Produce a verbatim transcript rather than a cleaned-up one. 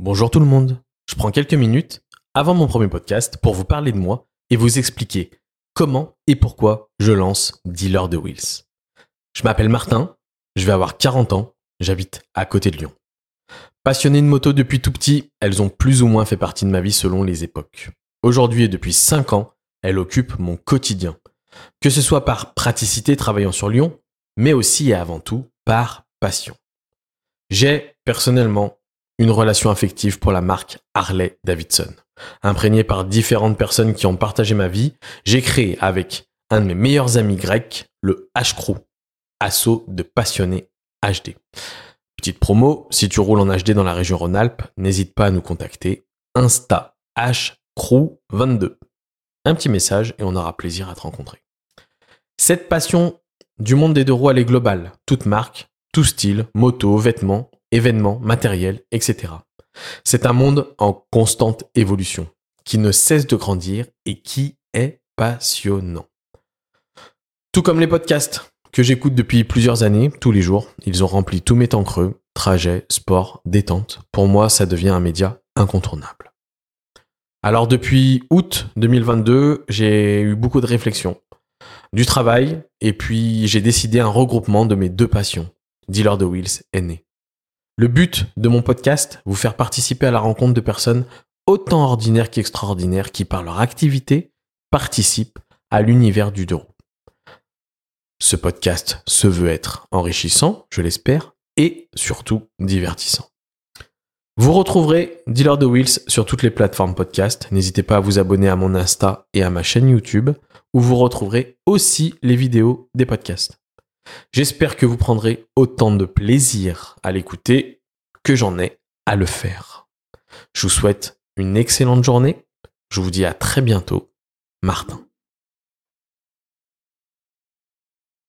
Bonjour tout le monde, je prends quelques minutes avant mon premier podcast pour vous parler de moi et vous expliquer comment et pourquoi je lance Dealer de Wheels. Je m'appelle Martin, je vais avoir quarante ans, j'habite à côté de Lyon. Passionné de moto depuis tout petit, elles ont plus ou moins fait partie de ma vie selon les époques. Aujourd'hui et depuis cinq ans, elles occupent mon quotidien. Que ce soit par praticité travaillant sur Lyon, mais aussi et avant tout par passion. J'ai personnellement une relation affective pour la marque Harley-Davidson. Imprégné par différentes personnes qui ont partagé ma vie, j'ai créé avec un de mes meilleurs amis grecs le H-Crew, assaut de passionnés H D. Petite promo, si tu roules en H D dans la région Rhône-Alpes, n'hésite pas à nous contacter. Insta H Crew vingt-deux. Un petit message et on aura plaisir à te rencontrer. Cette passion du monde des deux roues, elle est globale. Toute marque, tout style, moto, vêtements, événements, matériel, et cetera. C'est un monde en constante évolution, qui ne cesse de grandir et qui est passionnant. Tout comme les podcasts que j'écoute depuis plusieurs années, tous les jours, ils ont rempli tous mes temps creux, trajets, sport, détente. Pour moi, ça devient un média incontournable. Alors depuis août deux mille vingt-deux, j'ai eu beaucoup de réflexions, du travail, et puis j'ai décidé un regroupement de mes deux passions. Dealer de Wheels est né. Le but de mon podcast, vous faire participer à la rencontre de personnes autant ordinaires qu'extraordinaires qui, par leur activité, participent à l'univers du deux roues. Ce podcast se veut être enrichissant, je l'espère, et surtout divertissant. Vous retrouverez Dealer de Wheels sur toutes les plateformes podcast. N'hésitez pas à vous abonner à mon Insta et à ma chaîne YouTube, où vous retrouverez aussi les vidéos des podcasts. J'espère que vous prendrez autant de plaisir à l'écouter que j'en ai à le faire. Je vous souhaite une excellente journée. Je vous dis à très bientôt. Martin.